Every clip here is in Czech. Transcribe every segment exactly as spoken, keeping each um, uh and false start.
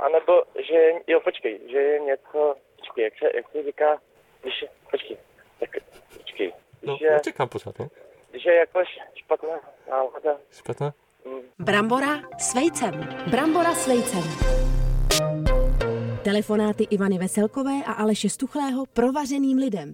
anebo, že, jo, počkej, že je něco, počkej, jak se, jak se říká, když je, počkej, tak, počkej. No, je, čekám pořád, no. Když je jako špatná nálada. Špatná? Mm. Brambora s vejcem. Brambora s vejcem. Telefonáty Ivany Veselkové a Aleše Stuchlého provařeným lidem.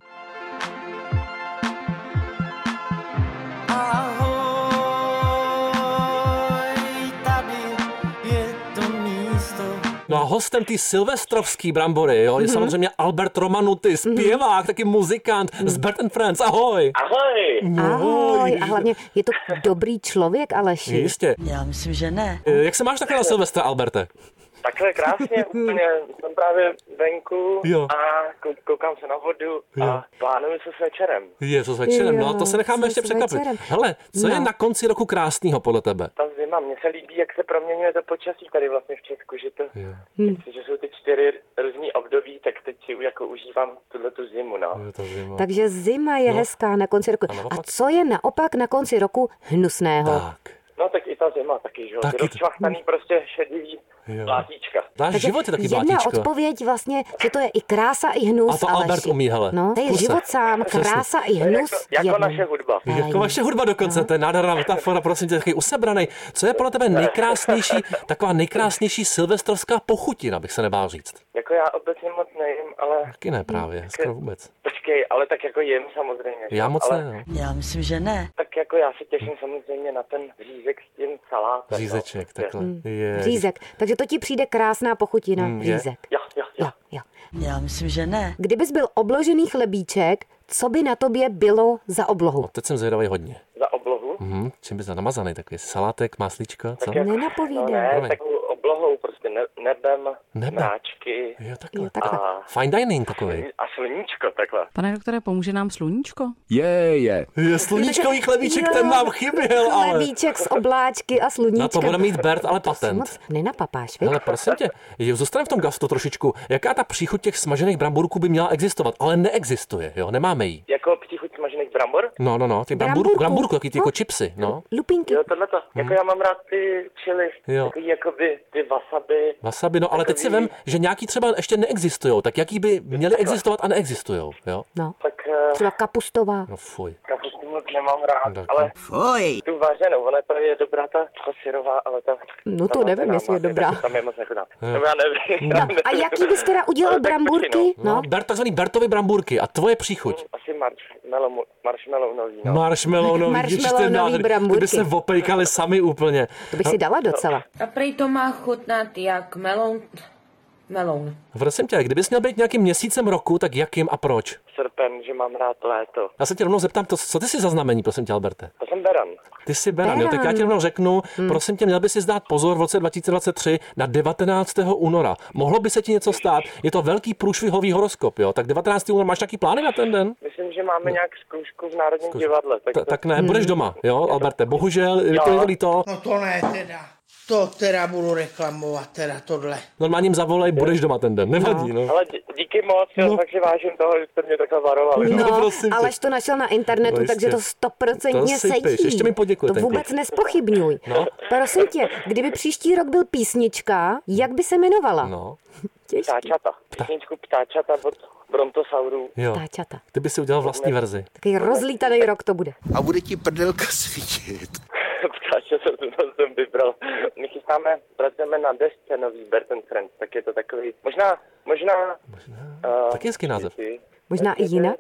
No a hostem ty silvestrovský brambory, jo, je mm-hmm. samozřejmě Albert Romanuty, zpěvák, mm-hmm. taky muzikant mm. z Bert and Friends. Ahoj! Ahoj! No, ahoj! A hlavně je to dobrý člověk, Aleši. Jistě. Já myslím, že ne. Jak se máš takhle na Silvestra, Alberte? Takhle krásně, úplně jsem právě venku jo. a koukám se na vodu jo. a plánuju se s večerem. Je, to s večerem, jo, no to se necháme ještě překvapit. Hele, co no. je na konci roku krásného podle tebe? Ta zima, mně se líbí, jak se proměňuje to počasí tady vlastně v Česku, že to, hm. že jsou ty čtyři různý období, tak teď si jako užívám tuhletu zimu, no. Je zima. Takže zima je no. hezká na konci roku. A, a co je naopak na konci roku hnusného? Tak. No tak i ta zima taky, že jo, ty rozčvachtaný prostě šedivý vlátíčka. Náš život je taky jedna vlátíčko. odpověď vlastně, že to je i krása, i hnus. A to Albert Aleši. umí, hele. No, to je život sám, krása i hnus. Jako, jako naše hudba. Jako vaše hudba dokonce, no. To je nádherná metafora, prosím tě, takový usebranej. Co je podle tebe nejkrásnější, taková nejkrásnější silvestrovská pochutina, bych se nebál říct? Jako já obecně moc nejím, ale... Taky ne právě, skoro vůbec. Počkej, ale tak jako jim samozřejmě. Já moc ale... ne, no. Já myslím, že ne. Tak jako já se těším samozřejmě na ten řízek s tím salátem. Řízeček, no. Takhle. Hmm. Je. Řízek, takže to ti přijde krásná pochutina, hmm, řízek. Jo, jo, jo. jo, jo. Já myslím, že ne. Kdybys byl obložený chlebíček, co by na tobě bylo za oblohu? No, teď jsem zvědavý hodně. Za oblohu? Mhm, čím bys namazaný, takový salátek, máslíčko, co? Jak... Nenapovídej. No ne, takovou oblohou, prostě ne, nebem, Nebe. mráčky. Jo, takhle. Jo, takhle. A... Fine dining takový. A sluníčko, takhle. Pane doktore, pomůže nám sluníčko? Je, je. Je sluníčkový chlebíček, ten nám chyběl, ale... Chlebíček z obláčky a sluníčka. Na to bude mít Bert, ale patent. Moc nenapapáš, víš? Ale prosím tě, zůstaneme v tom gastru trošičku. Jaká ta příchuť těch smažených bramborků by měla existovat, ale neexistuje, jo, nemáme jí. Jako příchuť smažených brambor? No, no, no, ty bramburku, bramburku, taky ty jako chipsy, no. Lupinky. Jo, tohleto. Hmm. Jako já mám rád ty chili, jo. Takový jakoby ty wasabi. Wasabi, no, ale takový... teď si vem, že nějaký třeba ještě neexistujou, tak jaký by měly existovat a neexistujou, jo? No, tak, třeba kapustová. No fuj. Kapustu moc nemám rád, tak. Ale fuj. Tu váženou, ona to je dobrá ta syrová, ale ta... No to nevím, jestli je dobrá. Tam je moc nechutná. No já nevím. No. A jaký bys teda udělal bramburky? No, no. Ber takzvaný Bertovy bramburky a tvoje příchuť. Asi marshmallow, marshmallownový, no. Marshmallownový, marshmallownový bramburky. Ty by se opejkali sami úplně. To bych si dala docela. A prej to má chutnat jak melon... Meloun. Prosím tě, kdybys měl být nějakým měsícem roku, tak jakým a proč? Srpen, že mám rád léto. Já se tě rovnou zeptám, to, co ty jsi za znamení, prosím tě, Alberte? To jsem beran. Ty jsi beran, beran. Jo, tak já ti rovnou řeknu, hmm. prosím tě, měl by si zdát pozor v roce dva tisíce dvacet tři na devatenáctého února. Mohlo by se ti něco stát? Je to velký průšvihový horoskop, jo? Tak devatenáctého února máš nějaký plány na ten den? Myslím, že máme no. nějak zkoušku v Národním Zkoušku. divadle. Tak, to... tak ne, hmm. budeš doma, jo, Alberte, bohužel, je to líto. No to ne teda. To teda budu reklamovat, teda tohle. Normálním zavolej, budeš doma ten den, nevadí, no. no. Ale díky moc, jo, no. takže vážím toho, že jste mě takhle varovali. No, no Aleš to našel na internetu, no, takže to stoprocentně sedí. Ještě mi poděkuj. To vůbec klip. Nespochybňuj. No. Prosím tě, kdyby příští rok byl písnička, jak by se jmenovala? No. Ptáčata. Písničku Ptáčata od Brontosaurů. Jo. Ptáčata. Ty by si udělal vlastní verzi. Takový rozlítaný rok to bude. A bude ti prdelka svítit. Ptáčata jsem vybral. My chystáme, pracujeme na desce nový Bert and Friends, tak je to takový, možná, možná... možná uh, taky hezký název. Možná i jinak?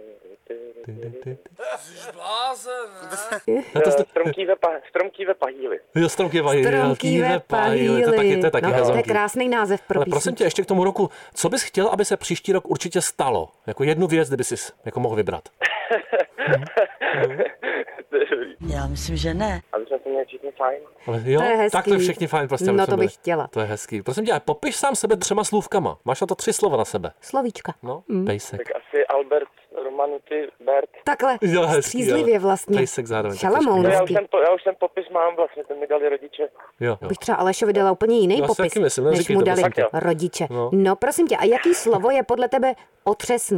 Stromký ve pahýli. Jo, stromký ve pahýli. To, taky, to je taky no, hezký. To je krásný název pro Ale písničku. prosím tě, ještě k tomu roku, co bys chtěl, aby se příští rok určitě stalo? Jako jednu věc, kdyby jsi jako mohl vybrat. Já myslím, že ne. Aby jsme se měli všichni fajn. Ale jo, to je hezký. Tak to je všichni fajn. Prostě no to bych chtěla. To je hezký. Prosím tě, popiš sám sebe třema slůvkama. Máš na to tři slova na sebe. Slovíčka. No, mm. Pejsek. Tak asi Albert, Romanuty, Bert. Takhle, jo, hezký, střízlivě vlastně. Pejsek zároveň. Šalamounský. Já už, jsem, já už jsem popis mám vlastně, to mi dali rodiče. Jo, jo. Bych třeba Alešovi dala úplně jiný no, popis, myslím, než mu dali rodiče. No. no prosím tě, a jaký slovo je podle tebe otřesný?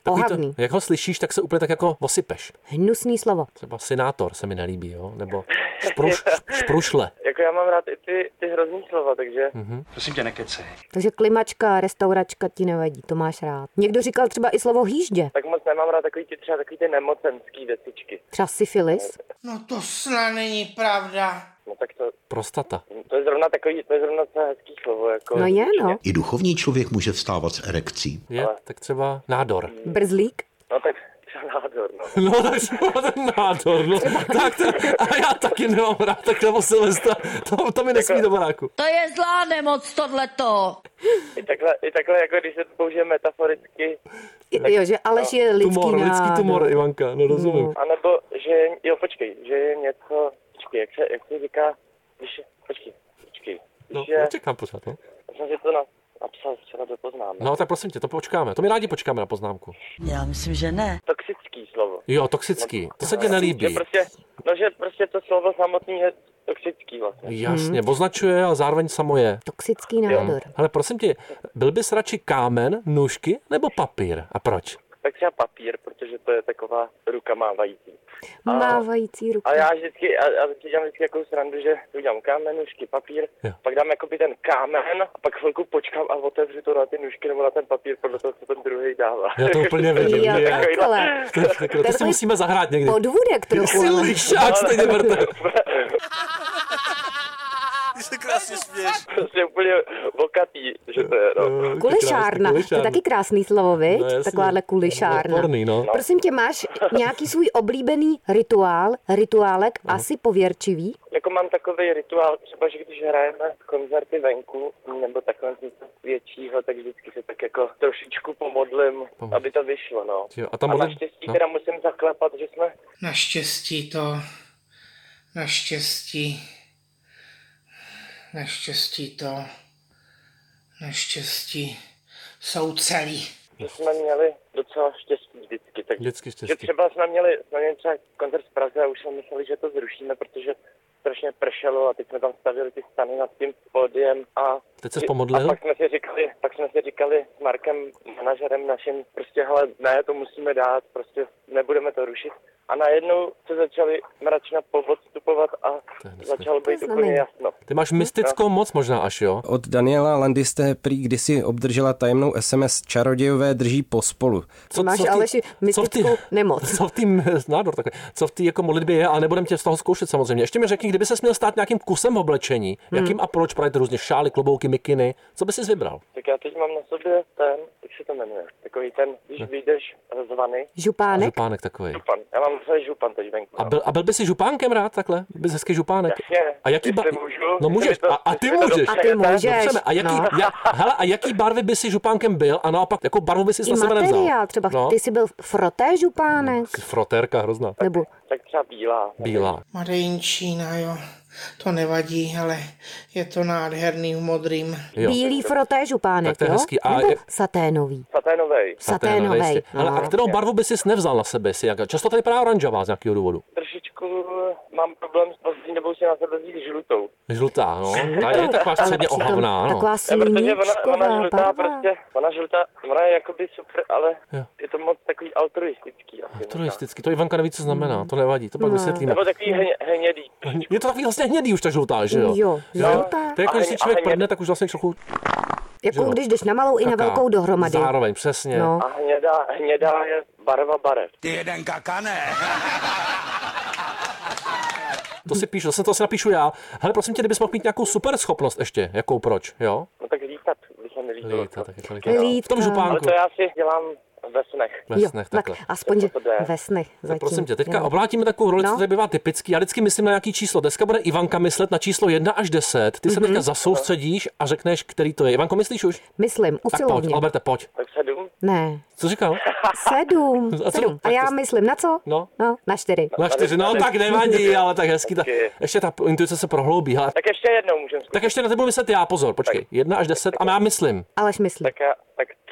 Ohavný. To, jak ho slyšíš, tak se úplně tak jako osypeš. Hnusný slovo. Třeba synátor se mi nelíbí, jo? Nebo špruš, šprušle. Jako já mám rád i ty, ty hrozný slova, takže... Mm-hmm. Prosím tě, nekecej. Takže klimačka, restauračka ti nevadí, to máš rád. Někdo říkal třeba i slovo hýždě. Tak moc nemám rád takový ty třeba takový ty nemocenský věcičky. Třeba syfilis. No to snad není pravda. No tak to... Prostata. To je zrovna takový, to je zrovna celé hezký slovo, jako... No je, no. I duchovní člověk může vstávat s erekcí. Je, ale... tak třeba nádor. Brzlík? No tak třeba nádor, no. No tak třeba ten nádor, no. Tak to, a já taky nemám rád, tak nebo Silvestra, to, to mi nesmí do baráku. To je zlá nemoc, tohleto. I takhle, i takhle, jako když se to použije metaforicky. Tak, jo, že Aleš je lidský tumor, nádor. lidský tumor, Ivanka, no rozumím. No. A nebo, že, jo počkej, že je něco, počkej, jak se, jak se říká, když, počkej, počkej. No, je, čekám pořád, no. Já jsem si to na, napsal včera do poznámek. No tak prosím tě, to počkáme, to my rádi počkáme na poznámku. Já myslím, že ne. Toxický slovo. Jo, toxický, to se ti nelíbí. Že prostě, no že prostě to slovo samotný je toxický vlastně. Jasně, označuje a zároveň samo je. Toxický nádor. Ale prosím tě, byl bys radši kámen, nůžky nebo papír? A proč? Tak třeba papír, protože to je taková ruka mávající. A, Mávající ruka. a já vždycky, a, a vždycky dělám vždycky jakou srandu, že udělám kámen, nůžky, papír, jo. Pak dám jakoby ten kámen a pak chvilku počkám a otevřu to na ty nůžky nebo na ten papír podle toho, co ten druhý dává. Já to úplně vidím. Jo, takhle. To, to, to si musíme zahrát někdy. Podvůdek trochu. Jsi lišák, stejně vrte. Ty se krásně směješ. To je úplně vokatý, že to je, no. Kulišárna, to je taky krásný slovo, viď? No, Takováhle kulišárna. Odporný, no. Prosím tě, máš nějaký svůj oblíbený rituál, rituálek, no. Asi pověrčivý? Jako mám takový rituál, třeba, že když hrajeme koncerty venku, nebo takhle něco většího, tak vždycky se tak jako trošičku pomodlím, Pomod. aby to vyšlo, no. Jo, a, tam a modlím... naštěstí no. teda musím zaklepat, že jsme... Naštěstí to... Naštěstí... Naštěstí to... Naštěstí... Jsou celý. Že jsme měli docela štěstí vždycky. Tak, vždycky štěstí. Že třeba jsme měli, jsme měli třeba koncert v Praze a už jsme mysleli, že to zrušíme, protože strašně pršelo a teď jsme tam stavili ty stany nad tím pódiem a... Teď se pomodlil? A pak jsme si říkali, pak jsme si říkali s Markem, manažerem naším, prostě hele, ne, to musíme dát, prostě nebudeme to rušit. A najednou se začali mračna podstupovat a začalo být úplně jasno. Ty máš mystickou no. moc možná až, jo? Od Daniela Landy jste prý kdysi obdržela tajemnou es em es Čarodějové drží pospolu. Co, máš Aleši mystickou nemoc. Co v tým, nádor takový, co v té jako modlitbě je, ale nebudem tě z toho zkoušet samozřejmě. Ještě mi řekni, kdyby ses měl stát nějakým kusem oblečení, hmm. jakým a proč právě různě šály, klobouky, mikiny, co by jsi vybral? Tak já teď mám na sobě ten, jak se to jmenuje, takový ten, když vyjdeš z vany. Župánek? Župánek takový. Župan. Já mám celý župan teď venku. A byl, a byl by si župánkem rád takhle? Bys hezký župánek? Jasně. A jaký ba... můžu? No můžeš. A, a ty můžeš. A ty můžeš. A jaký, no. ja, hele, a jaký barvy by si župánkem byl a naopak, jakou barvu by si na sebe nevzal? Materiál, třeba no. Ty jsi byl froté župánek. No, frotérka hrozná. Tak, Nebo? tak třeba bílá. Bílá. Madejnčína, jo. To nevadí, ale je to nádherný v modrým. Jo. Bílý froté župánek, tak to je hezký. jo? A Nebo je... saténový. Saténovej. Saténovej. No. Ale a kterou barvu by si nevzal na sebe? Si jak... Často tady právě oranžová z nějakého důvodu. Trošičku mám problém s poslední dobou si na sebe vzít žlutou. Žlutá, no. Ta je taková středně ohavná, no. Taková sluníčková ona, ona žlutá prostě, ona žlutá, ona je jakoby super, ale jo. Je to moc takový altruistický. Altruistický, to Ivanka neví, co znamená, to nevadí, to pak no. vysvětlíme. Nebo takový hně, hnědý. Je to takový vlastně hnědý už ta žlutá, že jo? Jo, žlutá. To je jako, když si člověk prdne, tak už vlastně trochu... Jako když jdeš na malou i na velkou dohromady. Zároveň, přesně. No. A hnědá, hnědá je barva barev. Ty jeden kakane. To si píšu, zase to si napíšu já. Hele, prosím tě, kdybys mohl mít nějakou super schopnost ještě, jakou proč, jo? No tak lítat, by se mi lítat. Lítat, tak je to lítat. V tom župánku. Ale to já si dělám ve snech. Ve snech, jo, takhle. Tak, aspoň ve snech zatím. Prosím tě, teďka jo. obrátíme takovou roli, no. co tady bývá typický. Já vždycky myslím na nějaký číslo. Dneska bude Ivanka myslet na číslo jedna až deset. Ty mm-hmm. se teďka zasoustředíš a řekneš, který to je. Ivanko, myslíš už? Myslím, usilovně. Tak pojď, Alberte, pojď. Tak sedm? Ne. Co říkal? Sedm. A, sedm. A já myslím na co? No. No, na čtyři. Na čtyři, no tak nevadí, ale tak hezký. Ta, ještě ta intuice se prohloubí. Hele. Tak ještě jednou můžeme. Tak ještě na tebe myslet já, pozor, počkej. Jedna až deset a já myslím. Aleš myslí. Tak já, tak tři.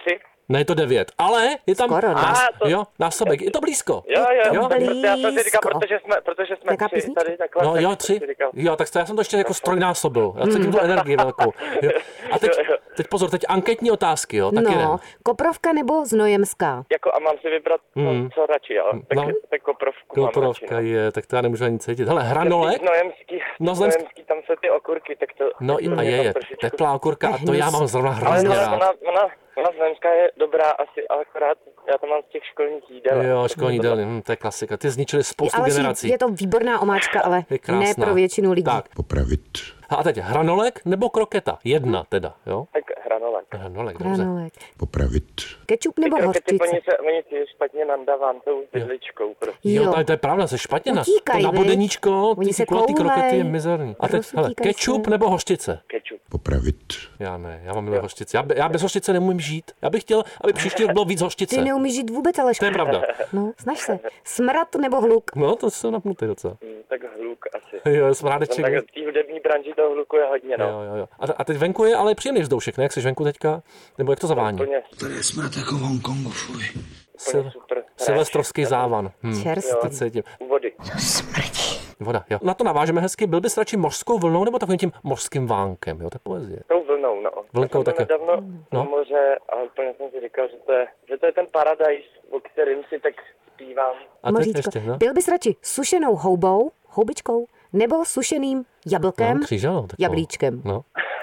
Ne, je to devět, ale je tam Skoro, nás, A, to- jo, násobek, je to blízko. Jo, jo, Jo. jo. Já jsem si říkal, Blízko. protože jsme, protože jsme Jaká tři písnička? tady takhle. No tak jo, jsem tři. si říkal, Jo, tak to já jsem to ještě jako strojnásobil. Já cítím tu energii velkou. Jo. A teď, teď pozor, teď anketní otázky, jo, tak No, jdem. Koprovka nebo Znojemská? Jako a mám si vybrat, Mm. co, co radši, jo. Tak, No. tak koprovku mám radši, Koprovka no. je, tak to já nemůžu ani cítit. Hele, hranolek, Znojemský, No, Znojemský- Znojemský, tam jsou ty okurky, tak to... no i- a je, je, teplá okurka, a to já mám zrovna Ale hrozně ona, rád. ona, ona, ona Znojemská je dobrá asi, ale akorát já to mám z těch školních jídel. Jo, školní jídelny, hm, to je klasika. Ty zničili spoustu Ale generací. je to výborná omáčka, ale Je krásná. ne pro většinu lidí. Tak. Popravit. A teď hranolek nebo kroketa? Jedna teda, jo? Tak hranolek. Hranolek, dobře. Hranolek. Popravit. Kečup nebo Ty krokety, hořčice? oni se, oni si špatně nandaván tou vidličkou prostě. Jo, Jo. to, to je pravda, se špatně na, Utíkaj, to na viď? bodeníčko, Oni ty, se ty kulatý koulej. krokety je mizerný. A teď, Rozsutíkaj hele, kečup se. nebo hořčice? Kečup. Popravit. Já ne, já mám milé hořčice. Já, be- já bez hořčice nemůžu žít. Já bych chtěl, aby příští rok bylo víc hořčice. Ty neumíš žít vůbec, ale To je pravda. No, snaž se. Smrad nebo hluk? No, to jsem napnutý docela. Hm, tak hluk asi. Jo, Tam smrádeček. tak v té hudební branži toho hluku je hodně, no. Jo, jo, jo. A, a teď venku je ale příjemný vzdušek, ne? Jak jsi venku teďka? Nebo jak to zavání? Úplně, Tady je smrt jako v Hongkongu, fuj. úplně super. Silvestrovský závan. Hm. Čerstvý. Teď cítím. U vody. Voda, jo. Na to navážeme hezky. Byl bys radši mořskou vlnou nebo takovým tím mořským vánkem? Jo, to je poezie. Tou vlnou, no. Vlnkou Já jsem byl taky. nedávno No. no. na moře a úplně jsem si říkal, že to je, že to je ten paradajs, o kterým si tak zpívám. A teď Moříčko. ještě, no? Byl bys radši sušenou houbou, houbičkou, nebo sušeným jablkem, No, křížalou takovou. jablíčkem? No.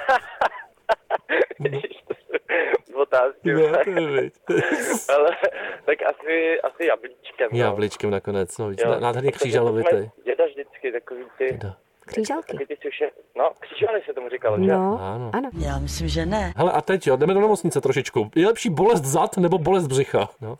Otázky. No, to je viď. Ale tak asi, asi jablíčkem. No. Jablíčkem nakonec, no, víc. Jo. Nádherný Protože křížalovitý. to jsme Děda vždycky takový ty... Děda. Křížalky. Takový ty suše... No, křížaly se tomu říkalo, že? No, Ano. ano. Já myslím, že ne. Hele, a teď jo, jdeme do nemocnice trošičku. Je lepší bolest zad nebo bolest břicha? No.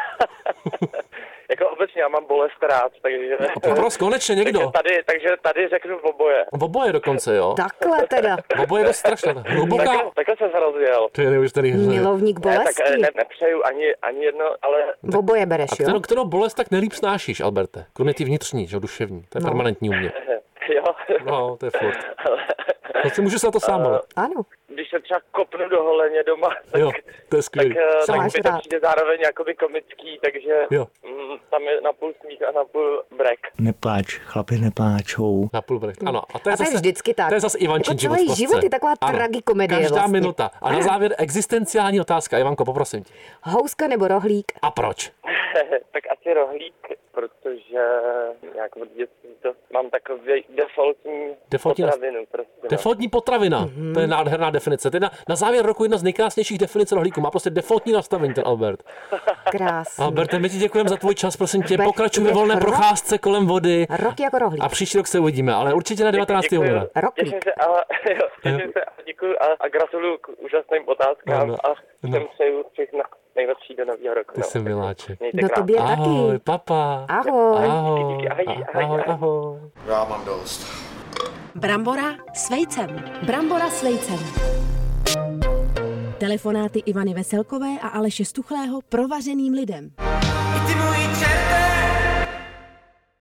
Jako obecně já mám bolest rád, takže... Pros, konečně někdo. takže, tady, takže tady řeknu oboje. Oboje dokonce, jo. Takhle teda. Oboje je dost strašné. Hluboká. Takhle, takhle jsem se rozjel. To je neuvěřitelný hře. Milovník Ne, tak bolesti. eh, ne, nepřeju ani, ani jedno, ale Oboje bereš, A kterou, jo? kterou bolest tak nejlíp snášíš, Alberte? Kromě ty vnitřní, že jo, duševní. To je No. permanentní u mě. jo. No, to je furt. To si můžu se na to sám, ale. Ano. Když se třeba kopnu do holeně doma, tak, Jo, to je tak, skvělý. eh, Co tak máš mi to rád? přijde zároveň jakoby komický, takže Jo. mm, tam je na půl smích a na půl brek. Nepláč, chlapi nepláčou. Na půlbrecht. Ano, a to je A to je zase, vždycky tak. To je zase Ivančin Jako život celý v kostce. život je taková Ano, tragikomedie Každá vlastně. minuta. A na závěr existenciální otázka. Ivanko, poprosím tě. Houska nebo rohlík? A proč? tak asi rohlík, protože nějak od dětství to mám takový defaultní, Defaultní nas- potravinu. Prostě, no. Defaultní potravina. Mm-hmm. To je nádherná definice. To je na, na závěr roku jedna z nejkrásnějších definic rohlíku. Má prostě defaultní nastavení ten Albert. Krásný. Alberte, my ti děkujeme za tvůj čas, prosím tě. Bude- Pokračuj ve bude volné rok. procházce kolem vody. Rok jako rohlík. A příští rok se uvidíme, ale určitě na devatenáctého Děkuju. února. Roklík. Těším se, ale, jo, těším se a děkuju a, a gratuluju k úžasným otázkám Ano. a No. všem přeju všechno nejlepší do nového roku. Ty jsi miláček. Mějte No krásně. tobě Ahoj, taky. papa. Ahoj. Ahoj. Díky, ahoj, A- Ahoj, ahoj. ahoj. Já mám dost. Brambora s vejcem. Brambora s vejcem. Telefonáty Ivany Veselkové a Aleše Stuchlého provařeným lidem.